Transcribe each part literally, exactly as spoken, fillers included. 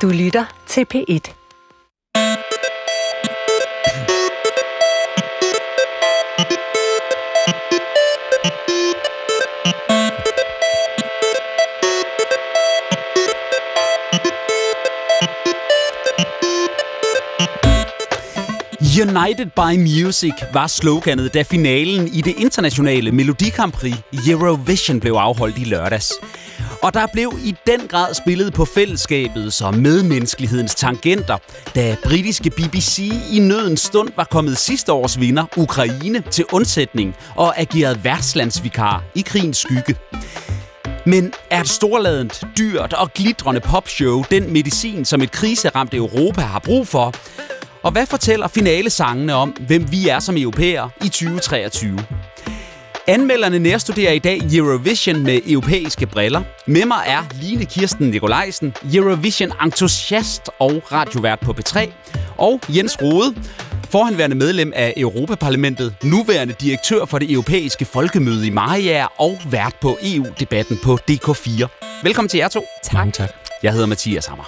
Du lytter til P et. United by Music var sloganet, da finalen i det internationale Melodi Grand Prix Eurovision blev afholdt i lørdags. Og der blev i den grad spillet på fællesskabets og medmenneskelighedens tangenter, da britiske B B C i nødens stund var kommet sidste års vinder, Ukraine, til undsætning og ageret værtslandsvikar i krigens skygge. Men er et storladent, dyrt og glitrende popshow den medicin, som et kriseramt Europa har brug for? Og hvad fortæller finalesangene om, hvem vi er som europæere i tyve treogtyve? Anmelderne nærstuderer i dag Eurovision med europæiske briller. Med mig er Line Kirsten Nikolajsen, Eurovision-entusiast og radiovært på P tre. Og Jens Rode, forhenværende medlem af Europaparlamentet, nuværende direktør for det europæiske folkemøde i Mariager og vært på E U-debatten på D K fire. Velkommen til jer to. Tak. Mange tak. Jeg hedder Mathias Hammer.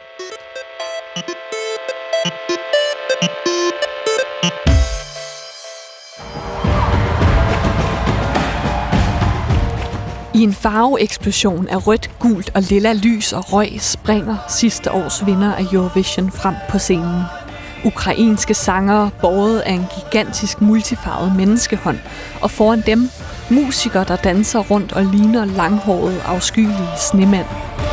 I en farveeksplosion af rødt, gult og lilla lys og røg springer sidste års vinder af Eurovision frem på scenen. Ukrainske sangere båret af en gigantisk multifarvet menneskehånd, og foran dem musikere, der danser rundt og ligner langhårede, afskyelige snemænd.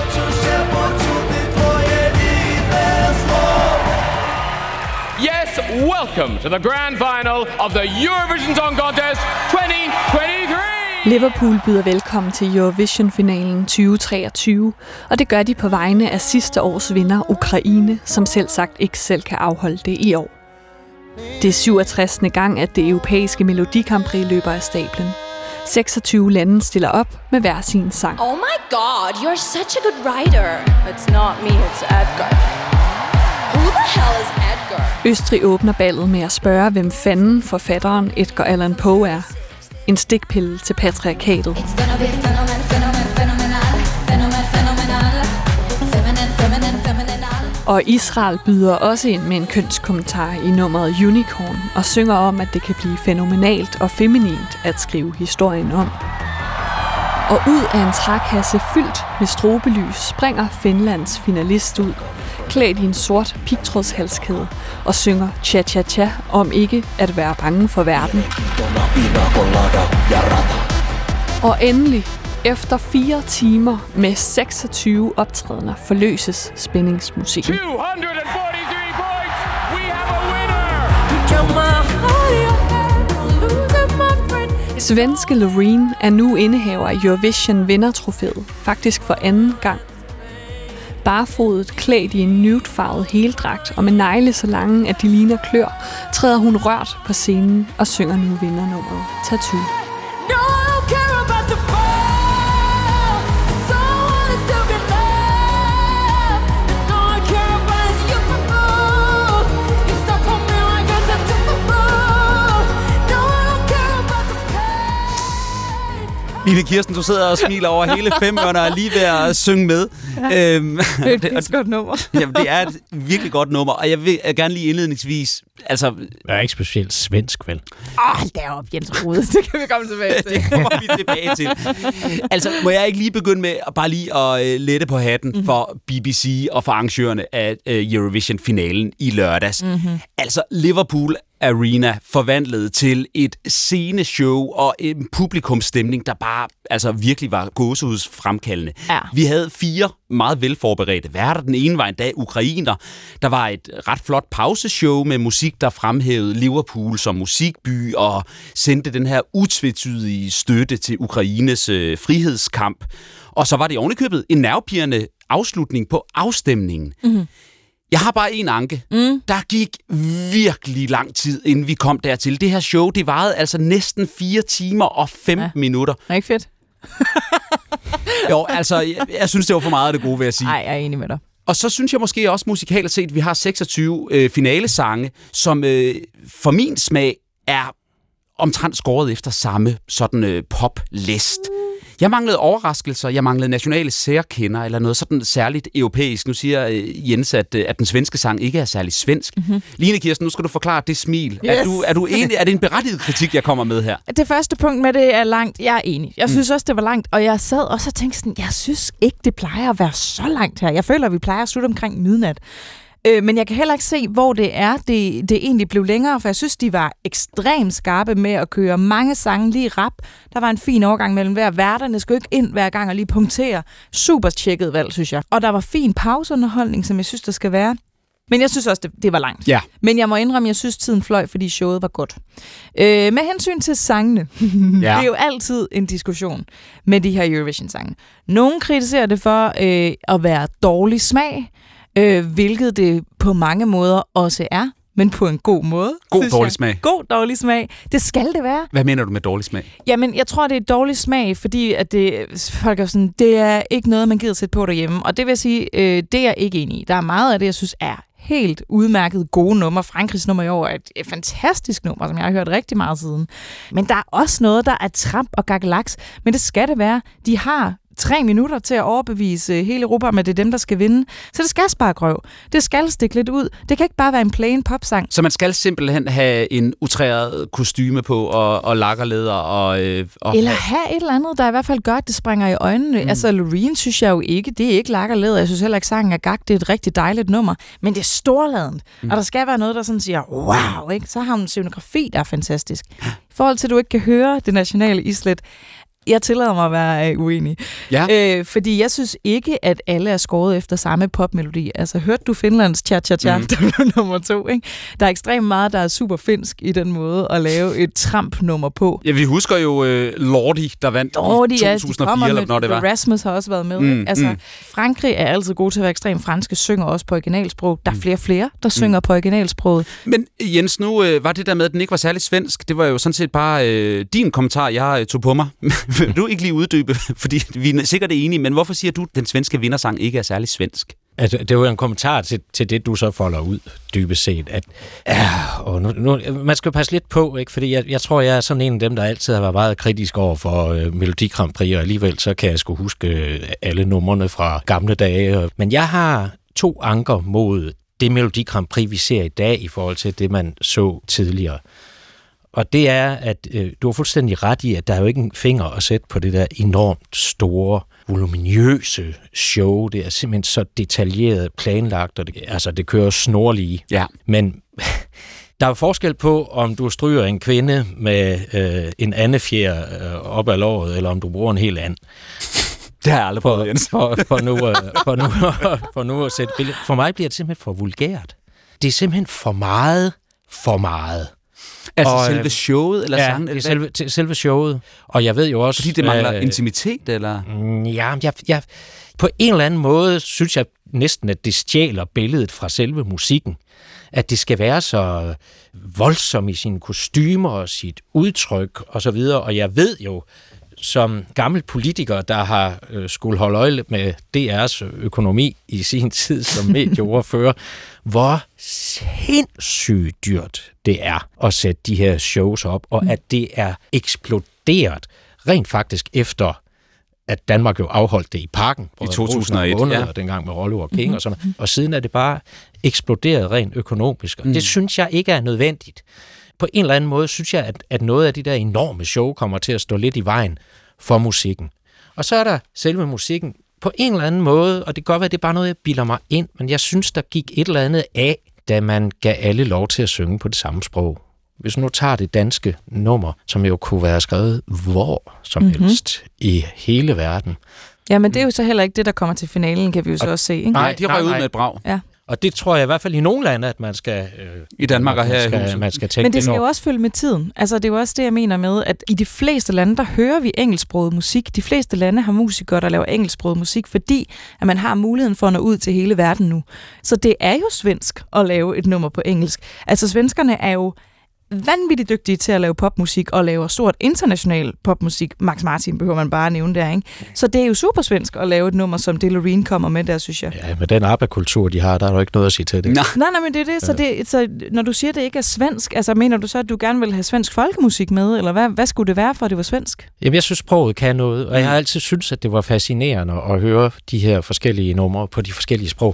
Yes, welcome to the grand final of the Eurovision Song Contest twenty twenty-three! Liverpool byder velkommen til Eurovision-finalen tyve treogtyve, og det gør de på vegne af sidste års vinder Ukraine, som selv sagt ikke selv kan afholde det i år. Det er syvogtressende gang, at det europæiske Melodi Grand Prix løber af stablen. seksogtyve lande stiller op med hver sin sang. Oh my god, you're such a good writer. It's not me, it's Edgar. Who the hell is Edgar? Østrig åbner ballet med at spørge, hvem fanden forfatteren Edgar Allan Poe er. En stikpille til patriarkatet. Og Israel byder også ind med en kønskommentar i nummeret Unicorn og synger om, at det kan blive fænomenalt og feminint at skrive historien om. Og ud af en trækasse fyldt med strobelys springer Finlands finalist ud, klædt i en sort pigtrådshalskæde og synger cha-cha-cha om ikke at være bange for verden. Og endelig, efter fire timer med seksogtyve optrædener, forløses spændingsmusikken. two hundred forty-three points! We have a winner! Svenske Loreen er nu indehaver af Eurovision vindertrofæet, faktisk for anden gang. Barfodet, klædt i en nudefarvet heldragt og med negle så lange, at de ligner klør, træder hun rørt på scenen og synger nu vindernummeret Tattoo. Lille Kirsten, du sidder og smiler over hele fem og er lige ved at synge med. Ja, øhm, det er et godt nummer. Jamen, det er et virkelig godt nummer, og jeg vil gerne lige indledningsvis... Altså, det er ikke specielt svensk, vel? Åh, hold da op, Jens Rode. Det kan vi komme tilbage til. Det kommer vi tilbage til. Altså, må jeg ikke lige begynde med bare lige at uh, lette på hatten mm-hmm. for B B C og for arrangørerne af uh, Eurovision-finalen i lørdags. Mm-hmm. Altså, Liverpool Arena forvandlet til et sceneshow og en publikumsstemning, der bare altså virkelig var gåsehudsfremkaldende. Ja. Vi havde fire meget velforberedte værter. Den ene var endda ukrainer. Der var et ret flot pauseshow med musik, der fremhævede Liverpool som musikby og sendte den her utvetydige støtte til Ukraines øh, frihedskamp. Og så var det ovenikøbet en nervepirrende afslutning på afstemningen. Mm-hmm. Jeg har bare en anke. Mm. Der gik virkelig lang tid, inden vi kom dertil. Det her show, det varede altså næsten fire timer og fem ja. minutter. Er ikke fedt? Jo, altså, jeg, jeg synes, det var for meget af det gode, vil jeg sige. Nej, jeg er enig med dig. Og så synes jeg måske også musikalt set, at vi har seksogtyve øh, finalesange, som øh, for min smag er omtrent skåret efter samme sådan øh, pop-list. Jeg manglede overraskelser, jeg manglede nationale særkender, eller noget sådan særligt europæisk. Nu siger øh, Jens, at, at den svenske sang ikke er særlig svensk. Mm-hmm. Line Kirsten, nu skal du forklare det smil. Yes. Er, du, er du enig? Er det en berettiget kritik, jeg kommer med her? Det første punkt med det er langt. Jeg er enig. Jeg synes mm. også, det var langt. Og jeg sad også og tænkte sådan, jeg synes ikke, det plejer at være så langt her. Jeg føler, at vi plejer at slutte omkring midnat. Øh, men jeg kan heller ikke se, hvor det er, det, det egentlig blev længere, for jeg synes, de var ekstremt skarpe med at køre mange sange lige rap. Der var en fin overgang mellem hver. Værterne skulle ikke ind hver gang og lige punktere. Super tjekket valg, synes jeg. Og der var fin pauseunderholdning, som jeg synes, der skal være. Men jeg synes også, det, det var langt. Ja. Men jeg må indrømme, jeg synes, tiden fløj, fordi showet var godt. Øh, med hensyn til sangene, ja. Det er jo altid en diskussion med de her Eurovision-sange. Nogle kritiserer det for øh, at være dårlig smag, øh, hvilket det på mange måder også er, men på en god måde. God dårlig smag. God dårlig smag. Det skal det være. Hvad mener du med dårlig smag? Jamen, jeg tror, det er dårlig smag, fordi at det, folk er sådan, det er ikke noget, man gider sætte på derhjemme. Og det vil sige, øh, det er jeg ikke enig i. Der er meget af det, jeg synes er helt udmærket gode nummer. Frankrigs nummer i år er et, et fantastisk nummer, som jeg har hørt rigtig meget siden. Men der er også noget, der er trap og gakkelaks. Men det skal det være. De har tre minutter til at overbevise hele Europa om, at det er dem, der skal vinde. Så det skal spare grøv. Det skal stikke lidt ud. Det kan ikke bare være en plain popsang. Så man skal simpelthen have en utræret kostyme på og, og lakkerleder og, øh, og... Eller have et eller andet, der i hvert fald gør, at det springer i øjnene. Mm. Altså, Loreen synes jeg jo ikke. Det er ikke lakkerleder. Jeg synes heller ikke, sangen er gak. Det er et rigtig dejligt nummer. Men det er storladent. Mm. Og der skal være noget, der sådan siger, wow, ikke? Så har hun en scenografi, der er fantastisk. I forhold til, at du ikke kan høre det nationale islet, jeg tillader mig at være øh, uenig. Ja. Øh, fordi jeg synes ikke, at alle er skåret efter samme popmelodi. Altså, hørte du Finlands Cha-Cha-Cha, mm. der blev nummer to, ikke? Der er ekstremt meget, der er super finsk i den måde at lave et tramp-nummer på. Ja, vi husker jo øh, Lordi, der vandt Lordi, i to tusind og fire, ja, eller når det var. Rasmus har også været med. Mm, altså, mm. Frankrig er altid god til at være ekstremt franske, synger også på originalsprog. Der er flere og flere, der synger mm. på originalsproget. Men Jens, nu øh, var det der med, at den ikke var særlig svensk. Det var jo sådan set bare øh, din kommentar, jeg øh, tog på mig. Vil du ikke lige uddybe, fordi vi er sikkert enige, men hvorfor siger du, at den svenske vindersang ikke er særlig svensk? Altså, det var en kommentar til, til det, du så folder ud, dybest set. At, ja, og nu, nu, man skal jo passe lidt på, ikke? Fordi jeg, jeg tror, jeg er sådan en af dem, der altid har været meget kritisk over for øh, Melodi Grand Prix, og alligevel så kan jeg sgu huske øh, alle numrene fra gamle dage. Men jeg har to anker mod det Melodi Grand Prix, vi ser i dag, i forhold til det, man så tidligere. Og det er, at øh, du har fuldstændig ret i, at der er jo ikke en finger at sætte på det der enormt store, voluminøse show. Det er simpelthen så detaljeret planlagt, og det, altså, det kører snorlige. Ja. Men der er jo forskel på, om du stryger en kvinde med øh, en andefjer øh, op ad låret, eller om du bruger en helt and. Det har jeg aldrig prøvet, Jens. For, for, nu, øh, for, nu, for nu at sætte billede. For mig bliver det simpelthen for vulgært. Det er simpelthen for meget, for meget. Altså og, selve showet, eller ja, sangen? Eller selve, selve showet. Og jeg ved jo også... Fordi det mangler øh, intimitet, eller? Ja, jeg, jeg, på en eller anden måde synes jeg næsten, at det stjæler billedet fra selve musikken. At det skal være så voldsom i sine kostymer og sit udtryk og så videre. Og jeg ved jo, som gammel politiker, der har øh, skulle holde øje med D R's økonomi i sin tid som medieordfører, hvor sindssygt dyrt det er at sætte de her shows op, og at det er eksploderet rent faktisk efter, at Danmark jo afholdt det i Parken i to tusind og et, måneder, ja. dengang med Rollo og King mm-hmm. og sådan noget. Og siden er det bare eksploderet rent økonomisk. Og mm. det synes jeg ikke er nødvendigt. På en eller anden måde synes jeg, at, at noget af de der enorme show kommer til at stå lidt i vejen for musikken. Og så er der selve musikken på en eller anden måde, og det kan godt være, at det er bare noget, jeg bilder mig ind, men jeg synes, der gik et eller andet af, da man gav alle lov til at synge på det samme sprog. Hvis nu tager det danske nummer, som jo kunne være skrevet hvor som mm-hmm. helst i hele verden. Ja, men det er jo så heller ikke det, der kommer til finalen, kan vi jo så og, også se, ikke? Nej, de røg ud med et brag. Ja. Og det tror jeg i hvert fald i nogle lande, at man skal... Øh, I Danmark og her skal, i huset. Man skal tænke Men det skal jo også følge med tiden. Altså, det er jo også det, jeg mener med, at i de fleste lande, der hører vi engelsksproget musik. De fleste lande har musikere, der laver engelsksproget musik, fordi at man har muligheden for at nå ud til hele verden nu. Så det er jo svensk at lave et nummer på engelsk. Altså, svenskerne er jo vanvittigt dygtige til at lave popmusik, og laver stort international popmusik. Max Martin behøver man bare nævne der, ikke? Så det er jo super svensk at lave et nummer, som det Loreen kommer med der, synes jeg. Ja, med den ABBA-kultur, de har, der er jo ikke noget at sige til det. Nej, nej, nej men det er det. Så, det, så når du siger, at det ikke er svensk, altså mener du så, at du gerne vil have svensk folkemusik med, eller hvad, hvad skulle det være for, at det var svensk? Jamen, jeg synes, sproget kan noget, og jeg har altid syntes, at det var fascinerende at høre de her forskellige numre på de forskellige sprog.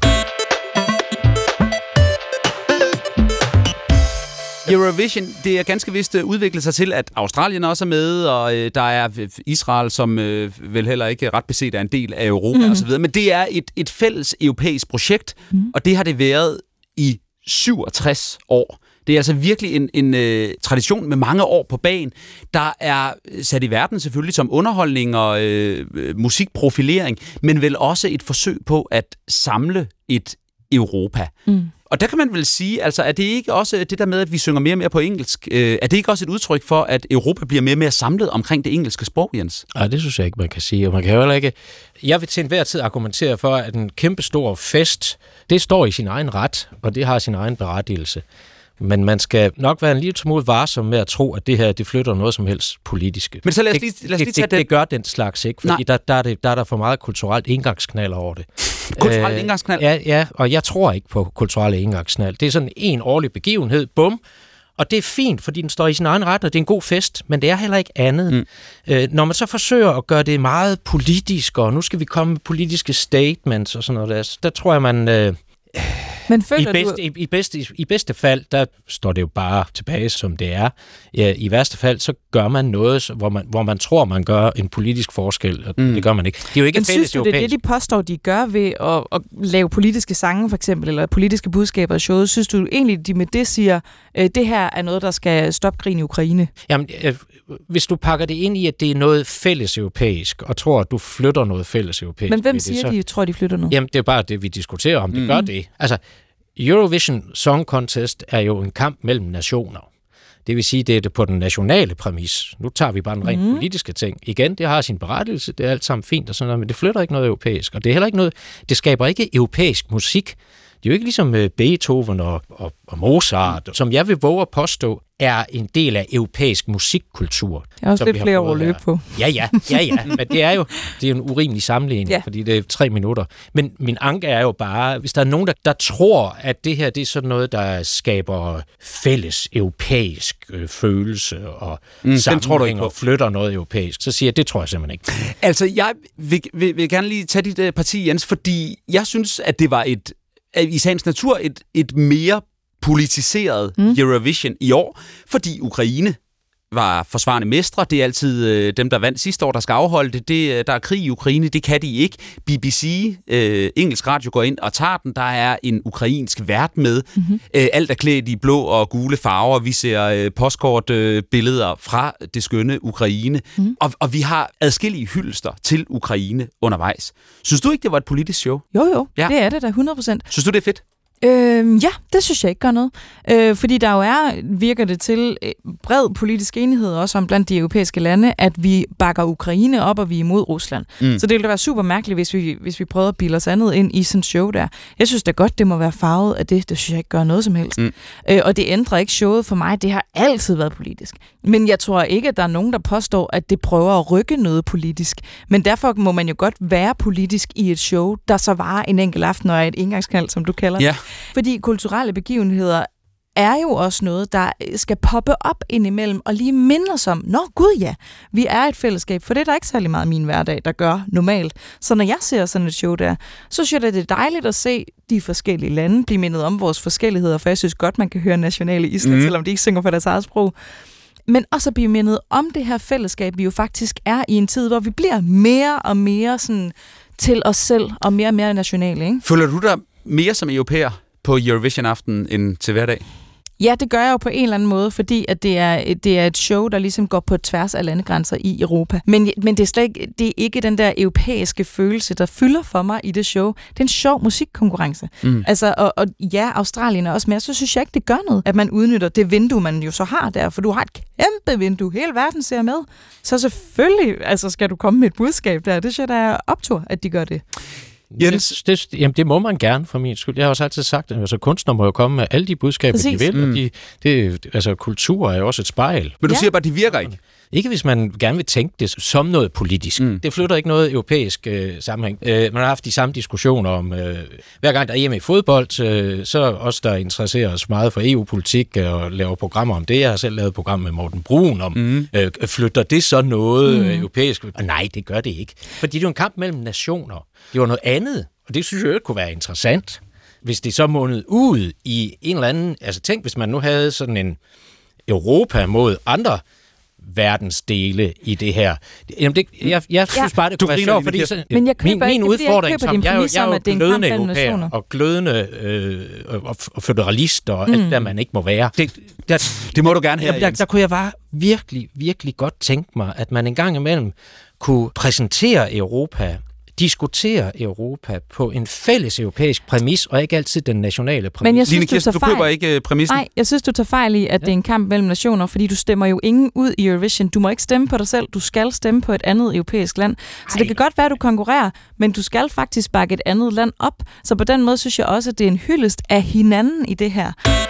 Eurovision, det er ganske vist udviklet sig til, at Australien også er med, og øh, der er Israel, som øh, vel heller ikke ret beset er en del af Europa mm. osv., men det er et, et fælles europæisk projekt, mm. og det har det været i syvogtres år. Det er altså virkelig en, en øh, tradition med mange år på bagen, der er sat i verden selvfølgelig som underholdning og øh, musikprofilering, men vel også et forsøg på at samle et Europa. Mm. Og der kan man vel sige, altså er det ikke også det der med, at vi synger mere og mere på engelsk, øh, er det ikke også et udtryk for, at Europa bliver mere og mere samlet omkring det engelske sprog, Jens? Nej, det synes jeg ikke, man kan sige. Og man kan jo heller ikke... Jeg vil til enhver tid argumentere for, at en kæmpestor fest, det står i sin egen ret, og det har sin egen berettigelse. Men man skal nok være en lille smule varsom med at tro, at det her, det flytter noget som helst politiske. Men så lad os lige, lad os lige det, tage det, det. Det gør den slags ikke, fordi der, der, er det, der er der for meget kulturelt indgangsknald over det. Kulturelt indgangsknald? Ja, ja, og jeg tror ikke på kulturelle indgangsknald. Det er sådan en årlig begivenhed, bum, og det er fint, fordi den står i sin egen ret, og det er en god fest, men det er heller ikke andet. Mm. Øh, når man så forsøger at gøre det meget politisk, og nu skal vi komme med politiske statements og sådan noget, der, der tror jeg, man... Øh, Men føler I, bedste, du... i, i, bedste, i, I bedste fald, der står det jo bare tilbage, som det er. Ja, i værste fald, så gør man noget, hvor man, hvor man tror, man gør en politisk forskel, og mm. det gør man ikke. Det er jo ikke Men synes du, det er det, de påstår, de gør ved at, at lave politiske sange, for eksempel, eller politiske budskaber i showet? Synes du egentlig, de med det siger, øh, det her er noget, der skal stoppe krigen i Ukraine? Jamen, øh, hvis du pakker det ind i, at det er noget fælles europæisk, og tror, at du flytter noget fælles europæisk... Men hvem siger, det, så... de tror, de flytter noget? Jamen, det er bare det, vi diskuterer om. Det mm. gør det. Altså, Eurovision Song Contest er jo en kamp mellem nationer. Det vil sige, det er det på den nationale præmis. Nu tager vi bare en rent mm. politiske ting. Igen, det har sin berettigelse, det er alt sammen fint og sådan noget, men det flytter ikke noget europæisk. Og det er heller ikke noget, det skaber ikke europæisk musik. Det er jo ikke ligesom Beethoven og, og, og Mozart, som jeg vil våge at påstå, er en del af europæisk musikkultur. Jeg har også lidt flere år at løbe på. Ja, ja, ja, ja. Men det er jo det er en urimelig sammenligning, ja. Fordi det er tre minutter. Men min anke er jo bare, hvis der er nogen, der, der tror, at det her det er sådan noget, der skaber fælles europæisk øh, følelse og mm, sammenhæng og flytter noget europæisk, så siger jeg, det tror jeg simpelthen ikke. Altså, jeg vil, vil, vil gerne lige tage dit uh, parti, Jens, fordi jeg synes, at det var et i sagens natur et, et mere politiseret mm. Eurovision i år, fordi Ukraine var forsvarende mestre. Det er altid øh, dem, der vandt sidste år, der skal afholde det. det. Der er krig i Ukraine, det kan de ikke. B B C, øh, engelsk radio, går ind og tager den. Der er en ukrainsk vært med. Mm-hmm. Øh, alt er klædt i blå og gule farver. Vi ser øh, postkort-billeder øh, fra det skønne Ukraine. Mm. Og, og vi har adskillige hyldester til Ukraine undervejs. Synes du ikke, det var et politisk show? Jo, jo. Ja. Det er det da, hundrede procent. Synes du, det er fedt? Øh, ja, det synes jeg ikke gør noget. Øh, fordi der jo er, virker det til, bred politisk enighed også om blandt de europæiske lande, at vi bakker Ukraine op, og vi er imod Rusland. Mm. Så det ville da være super mærkeligt, hvis vi, hvis vi prøvede at bilde os andet ind i sådan et show der. Jeg synes da godt, det må være farvet af det. Det synes jeg ikke gør noget som helst. Mm. Øh, og det ændrer ikke showet for mig. Det har altid været politisk. Men jeg tror ikke, at der er nogen, der påstår, at det prøver at rykke noget politisk. Men derfor må man jo godt være politisk i et show, der så varer en enkelt aften og er et engangskald, som du kalder det. Yeah. Fordi kulturelle begivenheder er jo også noget, der skal poppe op indimellem og lige minde os om, nå gud ja, vi er et fællesskab, for det er der ikke særlig meget i min hverdag, der gør normalt. Så når jeg ser sådan et show der, så synes jeg, det er dejligt at se de forskellige lande blive mindet om vores forskelligheder, for jeg synes godt, man kan høre nationale Island, mm. selvom de ikke synger for deres eget sprog. Men også blive mindet om det her fællesskab, vi jo faktisk er i en tid, hvor vi bliver mere og mere sådan til os selv, og mere og mere nationale, ikke? Føler du dig mere som europæer på Eurovision-aften end til hverdag? Ja, det gør jeg jo på en eller anden måde, fordi at det er, det er et show, der ligesom går på tværs af landegrænser i Europa. Men, men det, er slet ikke, det er ikke den der europæiske følelse, der fylder for mig i det show. Det er en sjov musikkonkurrence. Mm. Altså, og, og ja, Australien er også med, så synes jeg ikke, det gør noget, at man udnytter det vindue, man jo så har der, for du har et kæmpe vindue, hele verden ser med. Så selvfølgelig altså, skal du komme med et budskab der. Det synes jeg, der er optur, at de gør det. Jens? Det, det, jamen, det må man gerne, for min skyld. Jeg har også altid sagt, at altså, kunstnere må jo komme med alle de budskaber, Præcis. de vil. Mm. Og de, det, altså, kultur er jo også et spejl. Men du ja. siger bare, at de virker ikke? Ikke hvis man gerne vil tænke det som noget politisk. Mm. Det flytter ikke noget europæisk øh, sammenhæng. Øh, man har haft de samme diskussioner om, øh, hver gang der er hjemme i fodbold, øh, så os, der interesserer os meget for E U-politik og laver programmer om det. Jeg har selv lavet et program med Morten Brun om, mm. øh, flytter det så noget mm. europæisk? Og nej, det gør det ikke. Fordi det er jo en kamp mellem nationer. Det var noget andet, og det synes jeg jo kunne være interessant. Hvis det så måned ud i en eller anden... Altså tænk, hvis man nu havde sådan en Europa mod andre verdensdele i det her. Jamen det, jeg, jeg synes ja. bare, det kunne være sjovt, fordi så, men jeg min, min ikke, udfordring, jeg, jeg, jeg, jeg er jo glødende europæer og glødende øh, og, og federalist og mm. alt der, man ikke må være. Det, der, det må du gerne have, der, der, der kunne jeg bare virkelig, virkelig godt tænke mig, at man en gang imellem kunne præsentere Europa, diskutere Europa på en fælles europæisk præmis, og ikke altid den nationale præmis. Men jeg synes, Line Kirsten, du, du køber ikke præmissen? Nej, jeg synes, du tager fejl i, at ja. det er en kamp mellem nationer, fordi du stemmer jo ingen ud i Eurovision. Du må ikke stemme på dig selv, du skal stemme på et andet europæisk land. Så Ej. det kan godt være, at du konkurrerer, men du skal faktisk bakke et andet land op. Så på den måde synes jeg også, at det er en hyldest af hinanden i det her.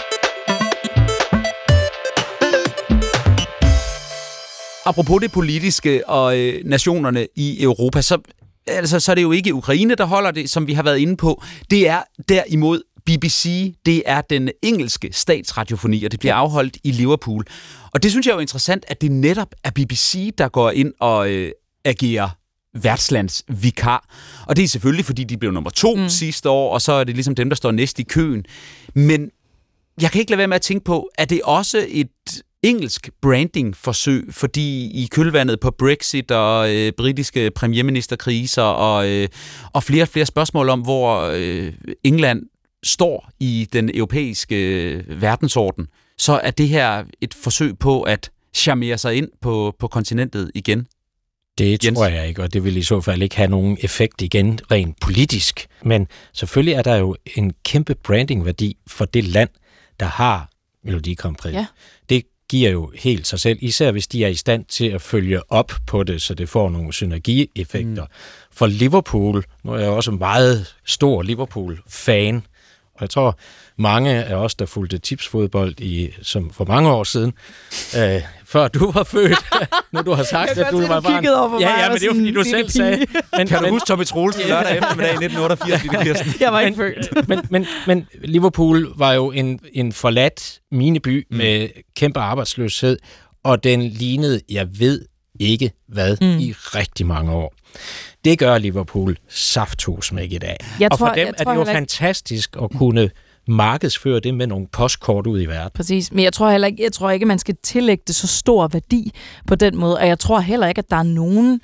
Apropos det politiske og øh, nationerne i Europa, så Altså, så er det jo ikke Ukraine, der holder det, som vi har været inde på. Det er derimod B B C, det er den engelske statsradiofoni, og det bliver afholdt i Liverpool. Og det synes jeg er jo interessant, at det netop er B B C, der går ind og øh, agerer værtslandsvikar. Og det er selvfølgelig, fordi de blev nummer to mm. sidste år, og så er det ligesom dem, der står næst i køen. Men jeg kan ikke lade være med at tænke på, at det også et engelsk branding-forsøg, fordi i kølvandet på Brexit og øh, britiske premierministerkriser og, øh, og flere og flere spørgsmål om, hvor øh, England står i den europæiske øh, verdensorden, så er det her et forsøg på at charmere sig ind på, på kontinentet igen. Det Jens? tror jeg ikke, og det vil i så fald ikke have nogen effekt igen rent politisk. Men selvfølgelig er der jo en kæmpe branding-værdi for det land, der har Melodi Grand Prix. Ja. Det giver jo helt sig selv, især hvis de er i stand til at følge op på det, så det får nogle synergieffekter. Mm. For Liverpool, nu er jeg også en meget stor Liverpool-fan, og jeg tror, mange af os, der fulgte tipsfodbold i, som for mange år siden, øh, før du var født, når du har sagt, at du var barn. Ja, ja, men det er jo fordi, du selv sagde. Men, kan du huske Tommy Troelsen lørdag eftermiddag i nitten otteogfirs, Line Kirsten? Jeg var ikke født. men, men, men Liverpool var jo en, en forladt mineby mm. med kæmpe arbejdsløshed, og den lignede, jeg ved ikke hvad, mm. i rigtig mange år. Det gør Liverpool saftosmæk i dag. Jeg og for tror, dem er det jo fantastisk at kunne markedsføre det med nogle postkort ud i verden. Præcis, men jeg tror heller ikke, jeg tror ikke, man skal tillægge det så stor værdi på den måde, og jeg tror heller ikke, at der er nogen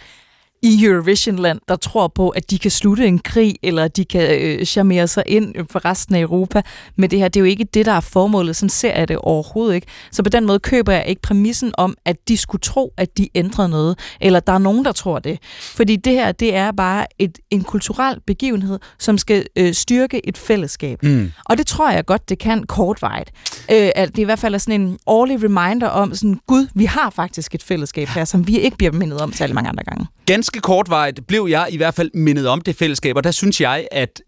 i Eurovision-land, der tror på, at de kan slutte en krig, eller de kan øh, charmere sig ind for resten af Europa med det her. Det er jo ikke det, der er formålet. Sådan ser jeg det overhovedet ikke. Så på den måde køber jeg ikke præmissen om, at de skulle tro, at de ændrede noget, eller der er nogen, der tror det. Fordi det her, det er bare et, en kulturel begivenhed, som skal øh, styrke et fællesskab. Mm. Og det tror jeg godt, det kan kortvarigt. Øh, at det i hvert fald er sådan en årlig reminder om, sådan, gud, vi har faktisk et fællesskab her, som vi ikke bliver mindet om særlig mange andre gange. Ganske kortvarigt blev jeg i hvert fald mindet om det fællesskab, og der synes jeg, at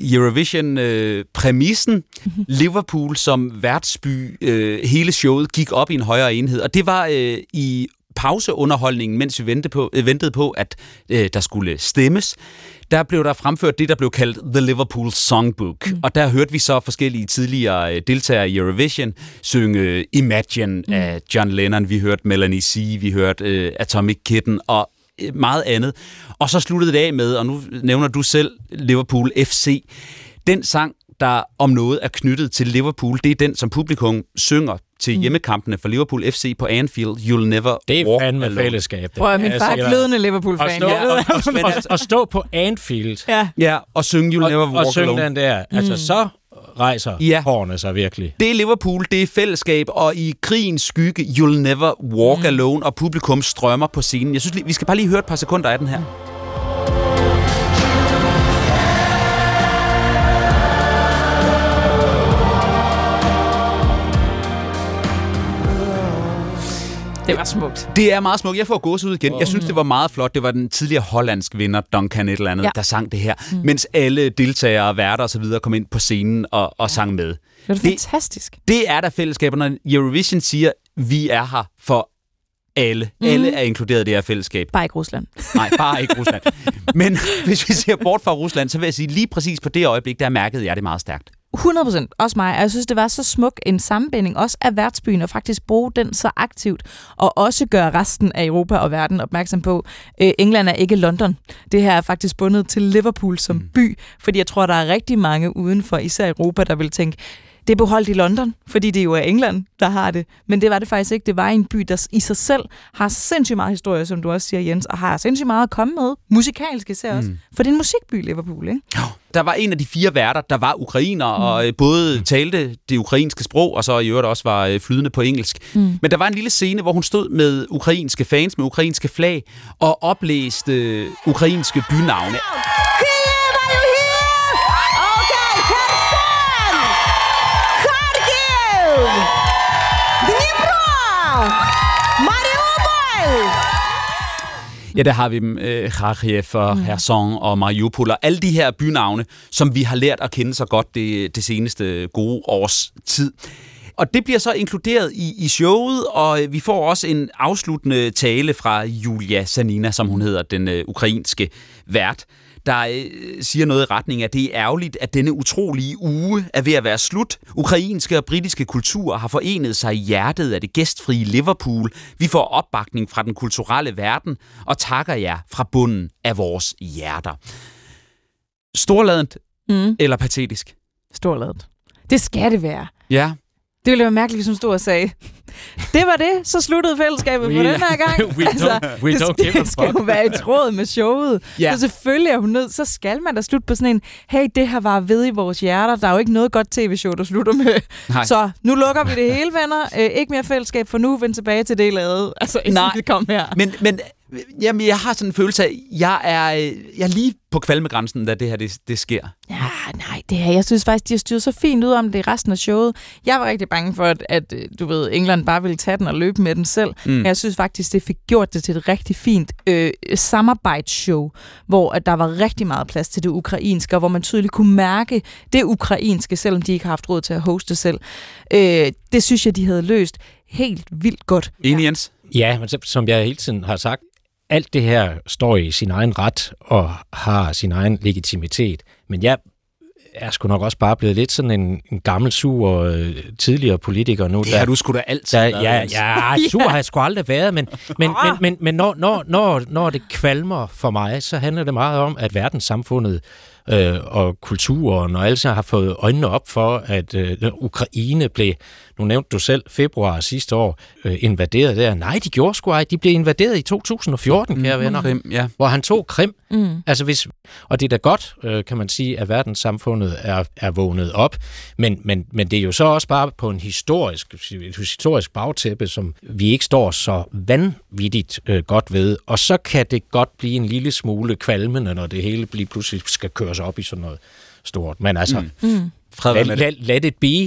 Eurovision-præmissen, øh, Liverpool som værtsby, øh, hele showet gik op i en højere enhed, og det var øh, i pauseunderholdningen, mens vi ventede på, øh, ventede på at øh, der skulle stemmes. Der blev der fremført det, der blev kaldt The Liverpool Songbook. Mm. Og der hørte vi så forskellige tidligere deltagere i Eurovision synge Imagine mm. af John Lennon. Vi hørte Melanie C., vi hørte øh, Atomic Kitten og meget andet. Og så sluttede det af med, og nu nævner du selv Liverpool F C. Den sang, der om noget er knyttet til Liverpool, det er den, som publikum synger til hjemmekampene for Liverpool F C på Anfield. You'll never det er walk fandme alone. Fællesskab. Prøv at min far er glødende Liverpool-fan. Og, og, og, og, og stå på Anfield. Ja, ja og synge You'll og, never walk og synge alone. Den der. Altså mm. så rejser ja. hårene sig virkelig. Det er Liverpool, det er fællesskab, og i krigens skygge, You'll never walk mm. alone, og publikum strømmer på scenen. Jeg synes, vi skal bare lige høre et par sekunder af den her. Det Det var smukt. Det er meget smukt. Jeg får gåsehud igen. Jeg synes, det var meget flot. Det var den tidligere hollandske vinder, Duncan et eller andet, ja. der sang det her. Mm. Mens alle deltagere, værter og så videre kom ind på scenen og, og sang med. Det var det, fantastisk. Det er der fællesskaber, når Eurovision siger, vi er her for alle. Mm. Alle er inkluderet i det her fællesskab. Bare ikke Rusland. Nej, bare ikke Rusland. Men hvis vi ser bort fra Rusland, så vil jeg sige, lige præcis på det øjeblik, der mærkede jeg det meget stærkt. hundrede procent. Også mig. Jeg synes, det var så smuk en sammenbinding, også af værtsbyen, og faktisk bruge den så aktivt, og også gøre resten af Europa og verden opmærksom på, øh, England er ikke London. Det her er faktisk bundet til Liverpool som mm. by, fordi jeg tror, der er rigtig mange uden for især Europa, der vil tænke, det er beholdt i London, fordi det jo er England, der har det. Men det var det faktisk ikke. Det var en by, der i sig selv har sindssygt meget historie, som du også siger, Jens, og har sindssygt meget at komme med. Musikalsk især også. Mm. For det er en musikby, Liverpool, ikke? Der var en af de fire værter, der var ukrainer, mm. og både talte det ukrainske sprog, og så i øvrigt også var flydende på engelsk. Mm. Men der var en lille scene, hvor hun stod med ukrainske fans, med ukrainske flag, og oplæste ukrainske bynavne. Ja, der har vi dem, øh, Kharkiv og mm. Kherson og Mariupol og alle de her bynavne, som vi har lært at kende så godt det, det seneste gode års tid. Og det bliver så inkluderet i, i showet, og vi får også en afsluttende tale fra Julia Sanina, som hun hedder, den øh, ukrainske vært, der øh, siger noget i retning af, at det er ærgerligt, at denne utrolige uge er ved at være slut. Ukrainske og britiske kulturer har forenet sig i hjertet af det gæstfrie Liverpool. Vi får opbakning fra den kulturelle verden, og takker jer fra bunden af vores hjerter. Storladent mm. eller patetisk? Storladet. Det skal det være. Ja. Det ville være mærkeligt, hvis hun stod og sagde, det var det, så sluttede fællesskabet we, på den her gang. We altså, don't, we det, don't give det skal jo være i tråd med showet. Yeah. Så selvfølgelig er hun nødt, så skal man da slutte på sådan en, hey, det her var ved i vores hjerter, der er jo ikke noget godt tv-show, der slutter med. Nej. Så nu lukker vi det hele, venner. Øh, ikke mere fællesskab, for nu vend tilbage til det lavet. Altså, nej, kom her. Men, men jamen, jeg har sådan en følelse af, jeg er, jeg er lige på kvalmegrænsen, da det her det, det sker. Ja, nej, det her, jeg synes faktisk, de har styret så fint ud om det i resten af showet. Jeg var rigtig bange for, at, at du ved, England bare ville tage den og løbe med den selv. Mm. Men jeg synes faktisk, det fik gjort det til et rigtig fint øh, samarbejdsshow, hvor at der var rigtig meget plads til det ukrainske, og hvor man tydeligt kunne mærke det ukrainske, selvom de ikke har haft råd til at hoste selv. Øh, det synes jeg, de havde løst helt vildt godt. Enig, Jens? Ja, men som jeg hele tiden har sagt, alt det her står i sin egen ret og har sin egen legitimitet. Men jeg er sgu nok også bare blevet lidt sådan en, en gammel, sur øh, tidligere politiker nu. Det har du sgu da altid der, ja, ja, sur har jeg sgu aldrig været, men, men, men, men, men når, når, når, når det kvalmer for mig, så handler det meget om, at verdenssamfundet øh, og kulturen og alle har fået øjnene op for, at øh, Ukraine blev, nu nævnte du selv, februar sidste år, øh, invaderet der. Nej, de gjorde sgu ej. De blev invaderet i to tusind og fjorten, kære venner, Krim, ja. Hvor han tog Krim. Mm. Altså hvis, og det er da godt, øh, kan man sige, at verdenssamfundet er, er vågnet op, men, men, men det er jo så også bare på en historisk, et historisk bagtæppe, som vi ikke står så vanvittigt øh, godt ved, og så kan det godt blive en lille smule kvalmende, når det hele lige pludselig skal køres op i sådan noget stort. Men altså, mm. Mm. Let, let, let it be.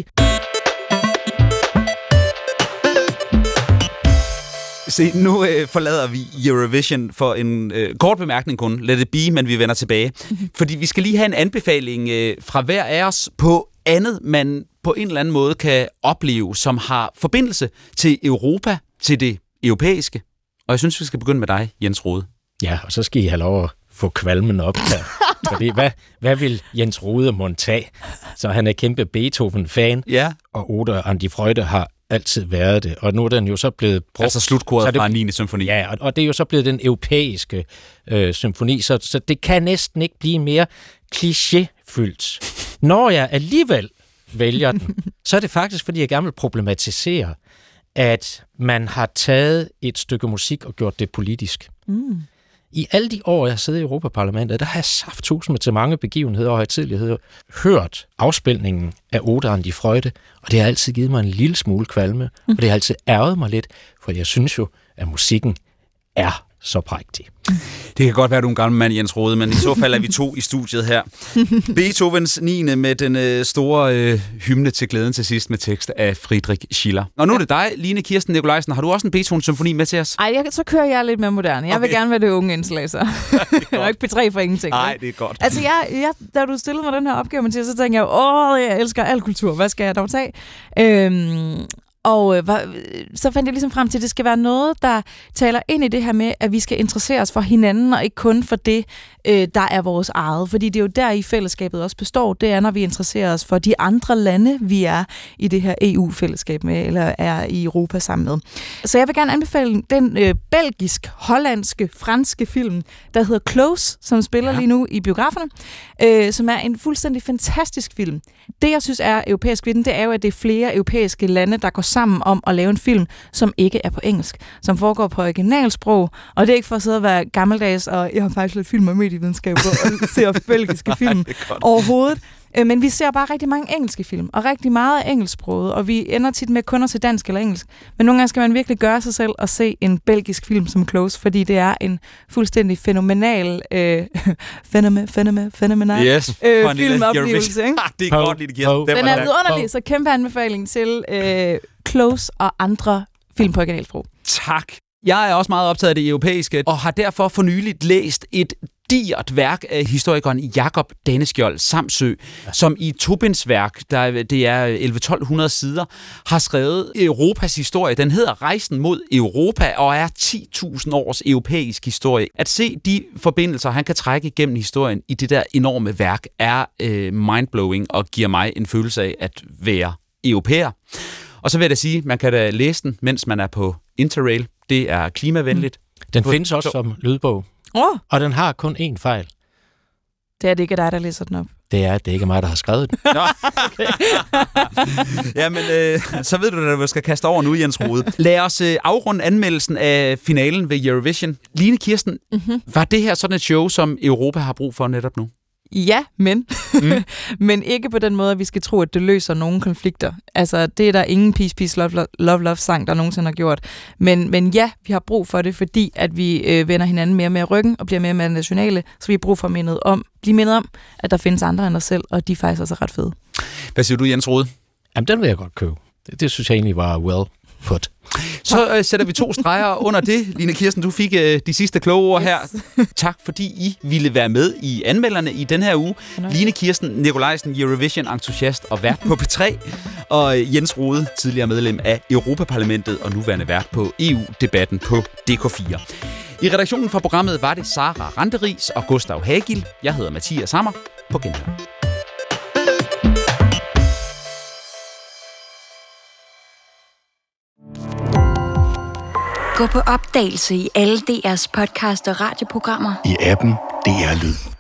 Se, nu øh, forlader vi Eurovision for en øh, kort bemærkning kun. Let it be, men vi vender tilbage. Mm-hmm. Fordi vi skal lige have en anbefaling øh, fra hver af os på andet, man på en eller anden måde kan opleve, som har forbindelse til Europa, til det europæiske. Og jeg synes, vi skal begynde med dig, Jens Rohde. Ja, og så skal I have lov at få kvalmen op her. Fordi hvad, hvad vil Jens Rohde mon tage? Så han er kæmpe Beethoven-fan, ja. Og Oda og Andi Freude har altid været det, og nu er den jo så blevet brugt. Altså slutkoret fra niende symfoni. Ja, og, og det er jo så blevet den europæiske øh, symfoni, så, så det kan næsten ikke blive mere klichéfyldt. Når jeg alligevel vælger den, så er det faktisk, fordi jeg gerne vil problematisere, at man har taget et stykke musik og gjort det politisk. Mm. I alle de år, jeg har siddet i Europaparlamentet, der har jeg safttusind til mange begivenheder og højtideligheder hørt afspilningen af Oda og Andi Freude, og det har altid givet mig en lille smule kvalme, mm. og det har altid ærget mig lidt, for jeg synes jo, at musikken er så prægtig. Det kan godt være, du er en gammel mand, Jens Rode, men i så fald er vi to i studiet her. Beethovens niende med den øh, store øh, hymne til glæden til sidst med tekst af Friedrich Schiller. Og nu er det dig, Line Kirsten Nikolajsen. Har du også en Beethoven-symfoni med til os? Ej, jeg, så kører jeg lidt mere moderne. Jeg okay. vil gerne være det unge indslag, så. Jeg er ikke P tre for ingenting. Nej, det er godt. Altså, jeg, jeg, da du stillede mig den her opgave, Mathias, så tænkte jeg, åh, jeg elsker al kultur. Hvad skal jeg dog tage? Øhm, Og øh, så fandt jeg ligesom frem til, at det skal være noget, der taler ind i det her med, at vi skal interessere os for hinanden, og ikke kun for det, øh, der er vores eget. Fordi det er jo der i fællesskabet også består. Det er, når vi interesserer os for de andre lande, vi er i det her E U-fællesskab med, eller er i Europa sammen med. Så jeg vil gerne anbefale den øh, belgisk-hollandske, franske film, der hedder Close, som spiller ja. lige nu i biograferne, øh, som er en fuldstændig fantastisk film. Det, jeg synes er europæisk ved den, det er jo, at det er flere europæiske lande, der går sammen om at lave en film, som ikke er på engelsk, som foregår på originalsprog, og det er ikke for at sidde og være gammeldags, og jeg har faktisk lidt film og medievidenskab på, og ser belgiske film overhovedet. Men vi ser bare rigtig mange engelske film, og rigtig meget engelsksproget, og vi ender tit med kun at se dansk eller engelsk. Men nogle gange skal man virkelig gøre sig selv og se en belgisk film som Close, fordi det er en fuldstændig fænomenal, øh, fænomen, fænomen, fænomenal yes, øh, filmoplevelse. Ikke? Det er godt, Line Kirsten. Den er vidunderlig, så kæmpe anbefaling til øh, Close og andre film på originalsprog. Tak. Jeg er også meget optaget af det europæiske, og har derfor for nyligt læst et digert værk af historikeren Jakob Daneskjold Samsø, ja. som i Tobins-værk, der det er elleve tolv hundrede sider, har skrevet Europas historie. Den hedder Rejsen mod Europa og er ti tusind års europæisk historie. At se de forbindelser, han kan trække igennem historien i det der enorme værk, er øh, mindblowing og giver mig en følelse af at være europæer. Og så vil jeg da sige, man kan da læse den, mens man er på Interrail. Det er klimavenligt. Den findes også som lydbog. Oh. Og den har kun én fejl. Det er det ikke dig, der læser den op. Det er, det er ikke mig, der har skrevet den. Nå, okay. Jamen, øh, så ved du, hvad du skal kaste over nu, Jens Rode. Lad os øh, afrunde anmeldelsen af finalen ved Eurovision. Line Kirsten, mm-hmm. var det her sådan et show, som Europa har brug for netop nu? Ja, men. Mm. men ikke på den måde, at vi skal tro, at det løser nogle konflikter. Altså, det er der ingen Peace, Peace, Love, Love, Love, Love sang, der nogensinde har gjort. Men, men ja, vi har brug for det, fordi at vi øh, vender hinanden mere og mere ryggen og bliver mere og mere nationale, så vi har brug for at mindet om, blive mindet om, at der findes andre end os selv, og de er faktisk også ret fede. Hvad siger du, Jens Rode? Jamen, den vil jeg godt købe. Det, det synes jeg egentlig var well put. Så øh, sætter vi to streger under det. Line Kirsten, du fik øh, de sidste kloge ord yes. her. Tak, fordi I ville være med i anmelderne i den her uge. Line Kirsten Nikolajsen, Eurovision-entusiast og vært på P tre. Og øh, Jens Rode, tidligere medlem af Europaparlamentet og nuværende vært på E U-debatten på D K fire. I redaktionen for programmet var det Sara Randeris og Gustav Hagil. Jeg hedder Mathias Hammer. På genhør. Gå på opdagelse i alle D R's podcast og radioprogrammer. I appen D R Lyd.